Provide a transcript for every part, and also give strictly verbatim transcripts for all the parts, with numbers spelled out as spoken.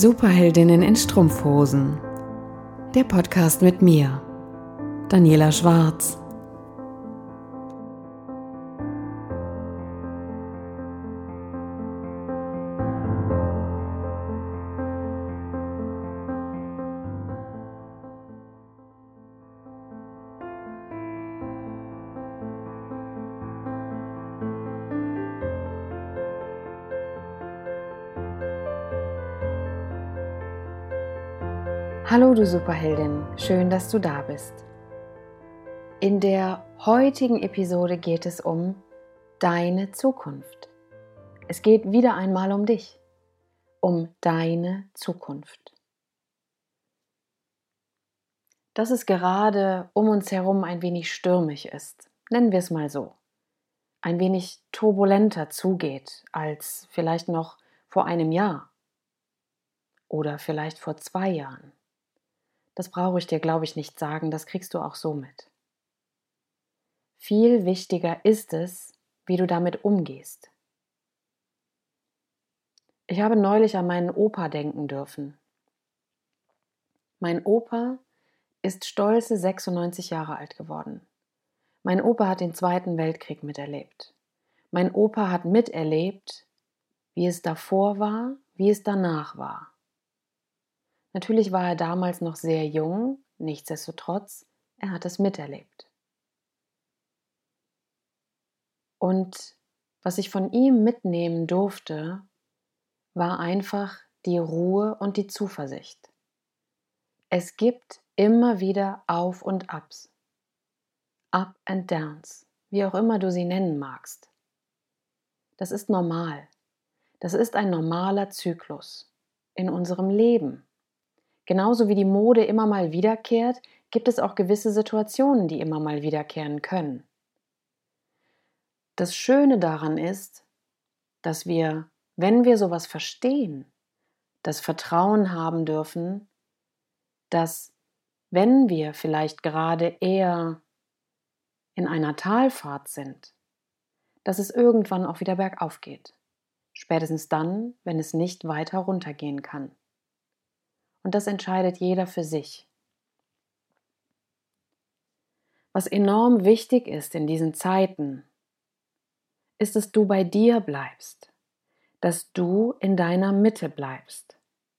Superheldinnen in Strumpfhosen. Der Podcast mit mir, Daniela Schwarz. Hallo du Superheldin, schön, dass du da bist. In der heutigen Episode geht es um deine Zukunft. Es geht wieder einmal um dich, um deine Zukunft. Dass es gerade um uns herum ein wenig stürmisch ist, nennen wir es mal so, ein wenig turbulenter zugeht als vielleicht noch vor einem Jahr oder vielleicht vor zwei Jahren. Das brauche ich dir, glaube ich, nicht sagen, das kriegst du auch so mit. Viel wichtiger ist es, wie du damit umgehst. Ich habe neulich an meinen Opa denken dürfen. Mein Opa ist stolze sechsundneunzig Jahre alt geworden. Mein Opa hat den Zweiten Weltkrieg miterlebt. Mein Opa hat miterlebt, wie es davor war, wie es danach war. Natürlich war er damals noch sehr jung, nichtsdestotrotz, er hat es miterlebt. Und was ich von ihm mitnehmen durfte, war einfach die Ruhe und die Zuversicht. Es gibt immer wieder Auf und Abs, Up and Downs, wie auch immer du sie nennen magst. Das ist normal. Das ist ein normaler Zyklus in unserem Leben. Genauso wie die Mode immer mal wiederkehrt, gibt es auch gewisse Situationen, die immer mal wiederkehren können. Das Schöne daran ist, dass wir, wenn wir sowas verstehen, das Vertrauen haben dürfen, dass wenn wir vielleicht gerade eher in einer Talfahrt sind, dass es irgendwann auch wieder bergauf geht. Spätestens dann, wenn es nicht weiter runtergehen kann. Und das entscheidet jeder für sich. Was enorm wichtig ist in diesen Zeiten, ist, dass du bei dir bleibst, dass du in deiner Mitte bleibst.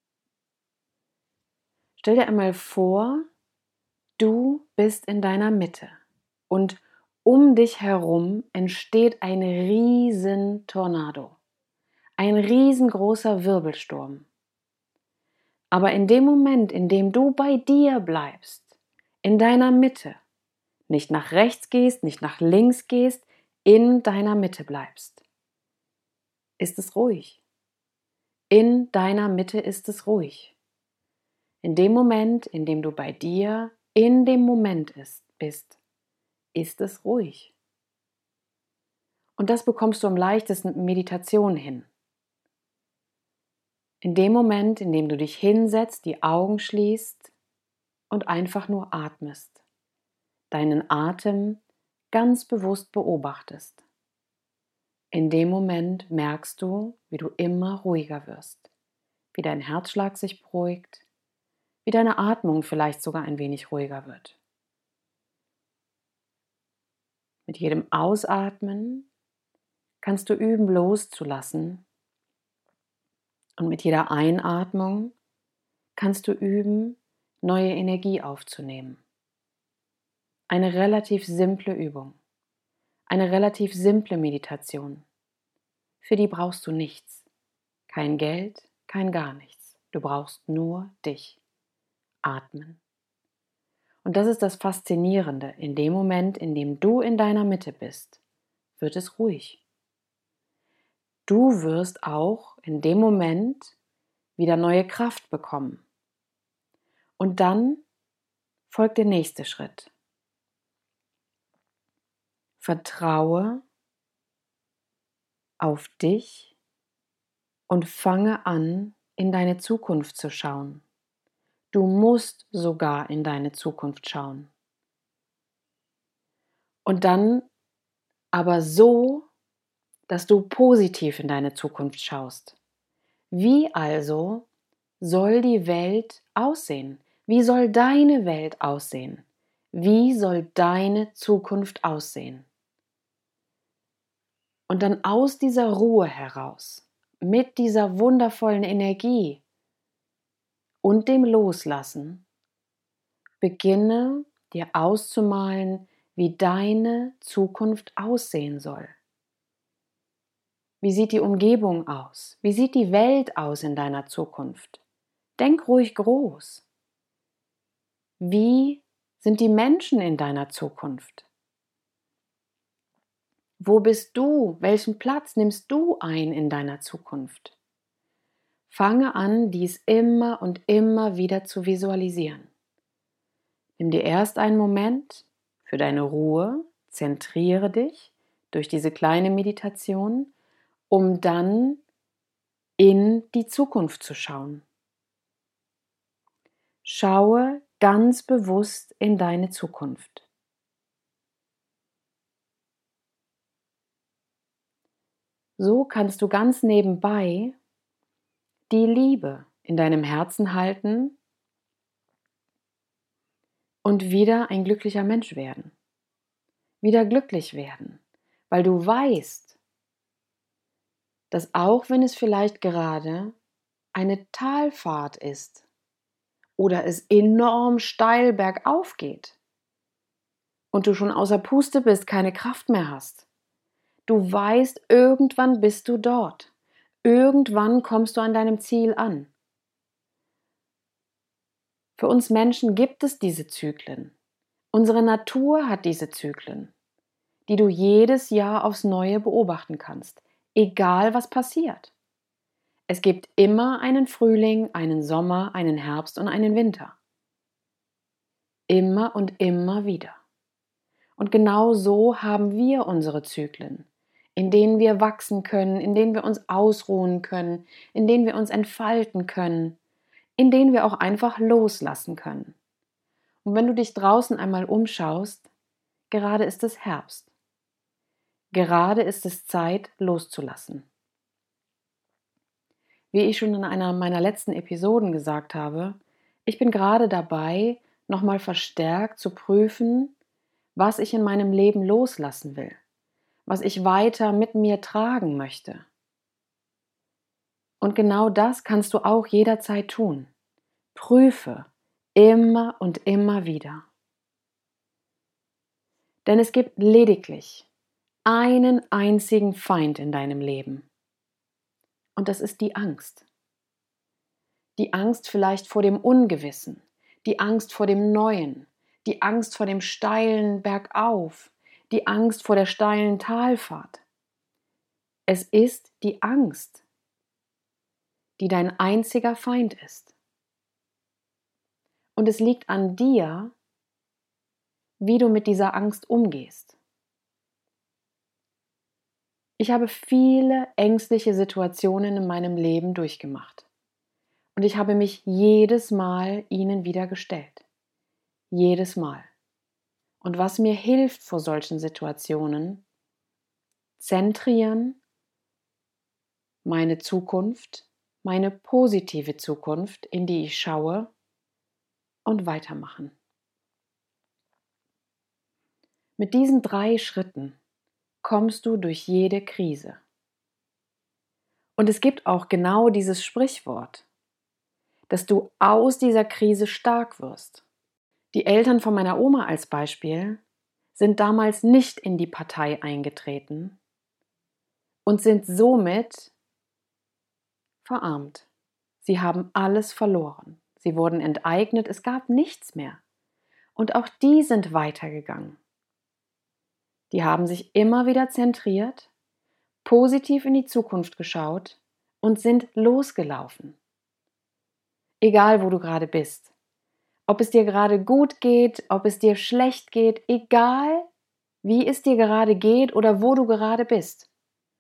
Stell dir einmal vor, du bist in deiner Mitte und um dich herum entsteht ein riesen Tornado, ein riesengroßer Wirbelsturm. Aber in dem Moment, in dem du bei dir bleibst, in deiner Mitte, nicht nach rechts gehst, nicht nach links gehst, in deiner Mitte bleibst, ist es ruhig. In deiner Mitte ist es ruhig. In dem Moment, in dem du bei dir, in dem Moment ist, bist, ist es ruhig. Und das bekommst du am leichtesten mit Meditation hin. In dem Moment, in dem du dich hinsetzt, die Augen schließt und einfach nur atmest, deinen Atem ganz bewusst beobachtest. In dem Moment merkst du, wie du immer ruhiger wirst, wie dein Herzschlag sich beruhigt, wie deine Atmung vielleicht sogar ein wenig ruhiger wird. Mit jedem Ausatmen kannst du üben, loszulassen. Und mit jeder Einatmung kannst du üben, neue Energie aufzunehmen. Eine relativ simple Übung, eine relativ simple Meditation. Für die brauchst du nichts. Kein Geld, kein gar nichts. Du brauchst nur dich. Atmen. Und das ist das Faszinierende. In dem Moment, in dem du in deiner Mitte bist, wird es ruhig. Du wirst auch in dem Moment wieder neue Kraft bekommen. Und dann folgt der nächste Schritt. Vertraue auf dich und fange an, in deine Zukunft zu schauen. Du musst sogar in deine Zukunft schauen. Und dann aber so, dass du positiv in deine Zukunft schaust. Wie also, soll die Welt aussehen? Wie soll deine Welt aussehen? Wie soll deine Zukunft aussehen? Und dann aus dieser Ruhe heraus, mit dieser wundervollen Energie und dem Loslassen, beginne dir auszumalen, wie deine Zukunft aussehen soll. Wie sieht die Umgebung aus? Wie sieht die Welt aus in deiner Zukunft? Denk ruhig groß. Wie sind die Menschen in deiner Zukunft? Wo bist du? Welchen Platz nimmst du ein in deiner Zukunft? Fange an, dies immer und immer wieder zu visualisieren. Nimm dir erst einen Moment für deine Ruhe, zentriere dich durch diese kleine Meditation, um dann in die Zukunft zu schauen. Schaue ganz bewusst in deine Zukunft. So kannst du ganz nebenbei die Liebe in deinem Herzen halten und wieder ein glücklicher Mensch werden. Wieder glücklich werden, weil du weißt, dass auch wenn es vielleicht gerade eine Talfahrt ist oder es enorm steil bergauf geht und du schon außer Puste bist, keine Kraft mehr hast, du weißt, irgendwann bist du dort. Irgendwann kommst du an deinem Ziel an. Für uns Menschen gibt es diese Zyklen. Unsere Natur hat diese Zyklen, die du jedes Jahr aufs Neue beobachten kannst, egal was passiert. Es gibt immer einen Frühling, einen Sommer, einen Herbst und einen Winter. Immer und immer wieder. Und genau so haben wir unsere Zyklen, in denen wir wachsen können, in denen wir uns ausruhen können, in denen wir uns entfalten können, in denen wir auch einfach loslassen können. Und wenn du dich draußen einmal umschaust, gerade ist es Herbst. Gerade ist es Zeit, loszulassen. Wie ich schon in einer meiner letzten Episoden gesagt habe, ich bin gerade dabei, nochmal verstärkt zu prüfen, was ich in meinem Leben loslassen will, was ich weiter mit mir tragen möchte. Und genau das kannst du auch jederzeit tun. Prüfe immer und immer wieder. Denn es gibt lediglich einen einzigen Feind in deinem Leben. Und das ist die Angst. Die Angst vielleicht vor dem Ungewissen, die Angst vor dem Neuen, die Angst vor dem steilen Bergauf, die Angst vor der steilen Talfahrt. Es ist die Angst, die dein einziger Feind ist. Und es liegt an dir, wie du mit dieser Angst umgehst. Ich habe viele ängstliche Situationen in meinem Leben durchgemacht. Und ich habe mich jedes Mal ihnen wieder gestellt. Jedes Mal. Und was mir hilft vor solchen Situationen, zentrieren, meine Zukunft, meine positive Zukunft, in die ich schaue, und weitermachen. Mit diesen drei Schritten kommst du durch jede Krise. Und es gibt auch genau dieses Sprichwort, dass du aus dieser Krise stark wirst. Die Eltern von meiner Oma als Beispiel sind damals nicht in die Partei eingetreten und sind somit verarmt. Sie haben alles verloren. Sie wurden enteignet, es gab nichts mehr. Und auch die sind weitergegangen. Die haben sich immer wieder zentriert, positiv in die Zukunft geschaut und sind losgelaufen. Egal, wo du gerade bist. Ob es dir gerade gut geht, ob es dir schlecht geht, egal, wie es dir gerade geht oder wo du gerade bist.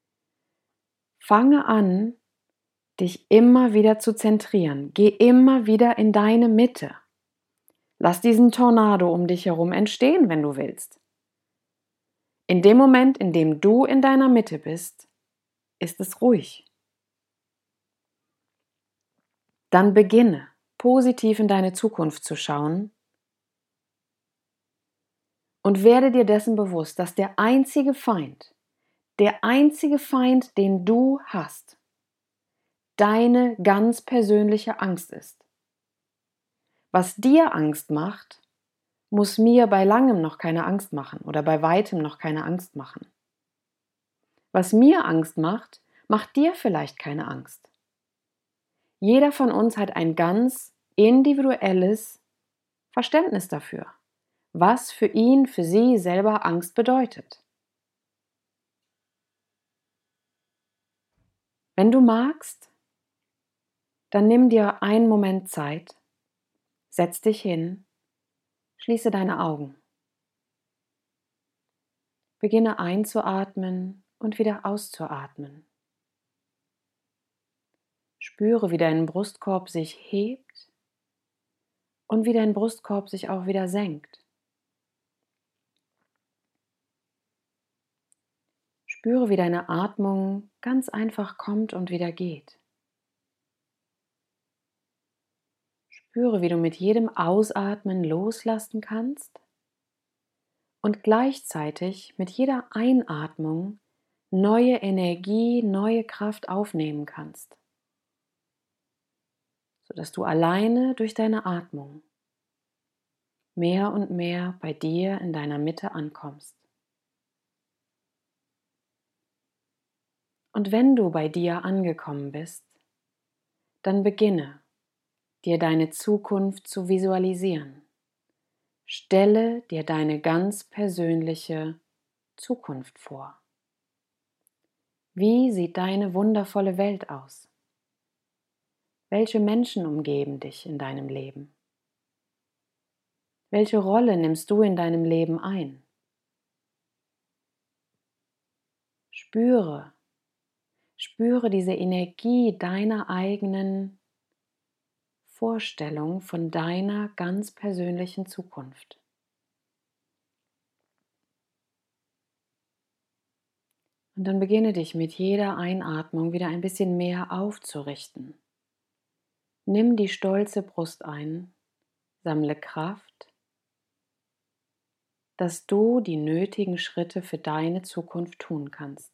Fange an, dich immer wieder zu zentrieren. Geh immer wieder in deine Mitte. Lass diesen Tornado um dich herum entstehen, wenn du willst. In dem Moment, in dem du in deiner Mitte bist, ist es ruhig. Dann beginne, positiv in deine Zukunft zu schauen und werde dir dessen bewusst, dass der einzige Feind, der einzige Feind, den du hast, deine ganz persönliche Angst ist. Was dir Angst macht, muss mir bei langem noch keine Angst machen oder bei weitem noch keine Angst machen. Was mir Angst macht, macht dir vielleicht keine Angst. Jeder von uns hat ein ganz individuelles Verständnis dafür, was für ihn, für sie selber Angst bedeutet. Wenn du magst, dann nimm dir einen Moment Zeit, setz dich hin, schließe deine Augen. Beginne einzuatmen und wieder auszuatmen. Spüre, wie dein Brustkorb sich hebt und wie dein Brustkorb sich auch wieder senkt. Spüre, wie deine Atmung ganz einfach kommt und wieder geht. Spüre, wie du mit jedem Ausatmen loslassen kannst und gleichzeitig mit jeder Einatmung neue Energie, neue Kraft aufnehmen kannst, sodass du alleine durch deine Atmung mehr und mehr bei dir in deiner Mitte ankommst. Und wenn du bei dir angekommen bist, dann beginne, dir deine Zukunft zu visualisieren. Stelle dir deine ganz persönliche Zukunft vor. Wie sieht deine wundervolle Welt aus? Welche Menschen umgeben dich in deinem Leben? Welche Rolle nimmst du in deinem Leben ein? Spüre, spüre diese Energie deiner eigenen Vorstellung von deiner ganz persönlichen Zukunft. Und dann beginne dich mit jeder Einatmung wieder ein bisschen mehr aufzurichten. Nimm die stolze Brust ein, sammle Kraft, dass du die nötigen Schritte für deine Zukunft tun kannst.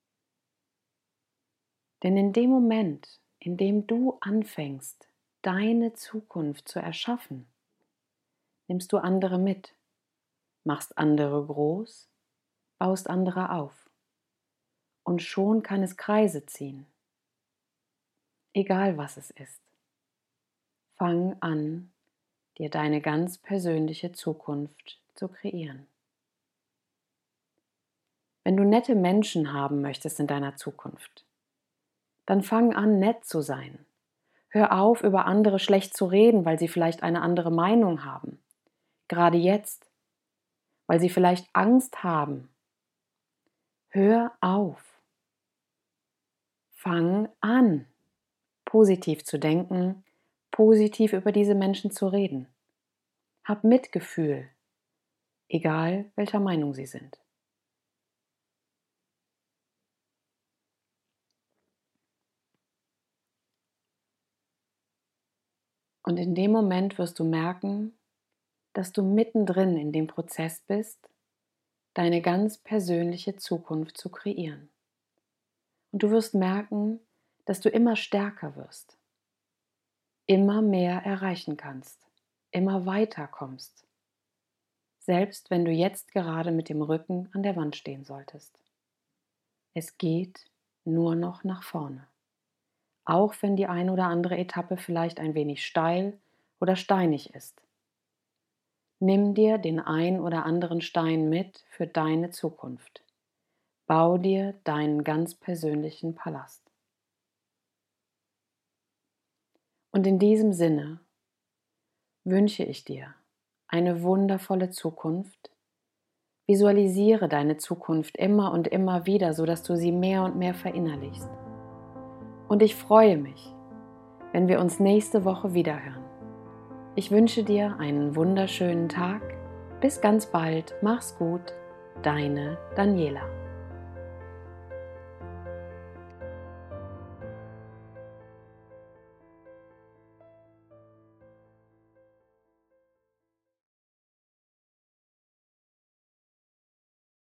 Denn in dem Moment, in dem du anfängst, deine Zukunft zu erschaffen, nimmst du andere mit, machst andere groß, baust andere auf. Und schon kann es Kreise ziehen. Egal was es ist. Fang an, dir deine ganz persönliche Zukunft zu kreieren. Wenn du nette Menschen haben möchtest in deiner Zukunft, dann fang an, nett zu sein. Hör auf, über andere schlecht zu reden, weil sie vielleicht eine andere Meinung haben. Gerade jetzt, weil sie vielleicht Angst haben. Hör auf. Fang an, positiv zu denken, positiv über diese Menschen zu reden. Hab Mitgefühl, egal welcher Meinung sie sind. Und in dem Moment wirst du merken, dass du mittendrin in dem Prozess bist, deine ganz persönliche Zukunft zu kreieren. Und du wirst merken, dass du immer stärker wirst, immer mehr erreichen kannst, immer weiter kommst, selbst wenn du jetzt gerade mit dem Rücken an der Wand stehen solltest. Es geht nur noch nach vorne, auch wenn die ein oder andere Etappe vielleicht ein wenig steil oder steinig ist. Nimm dir den ein oder anderen Stein mit für deine Zukunft. Bau dir deinen ganz persönlichen Palast. Und in diesem Sinne wünsche ich dir eine wundervolle Zukunft. Visualisiere deine Zukunft immer und immer wieder, sodass du sie mehr und mehr verinnerlichst. Und ich freue mich, wenn wir uns nächste Woche wiederhören. Ich wünsche dir einen wunderschönen Tag. Bis ganz bald. Mach's gut. Deine Daniela.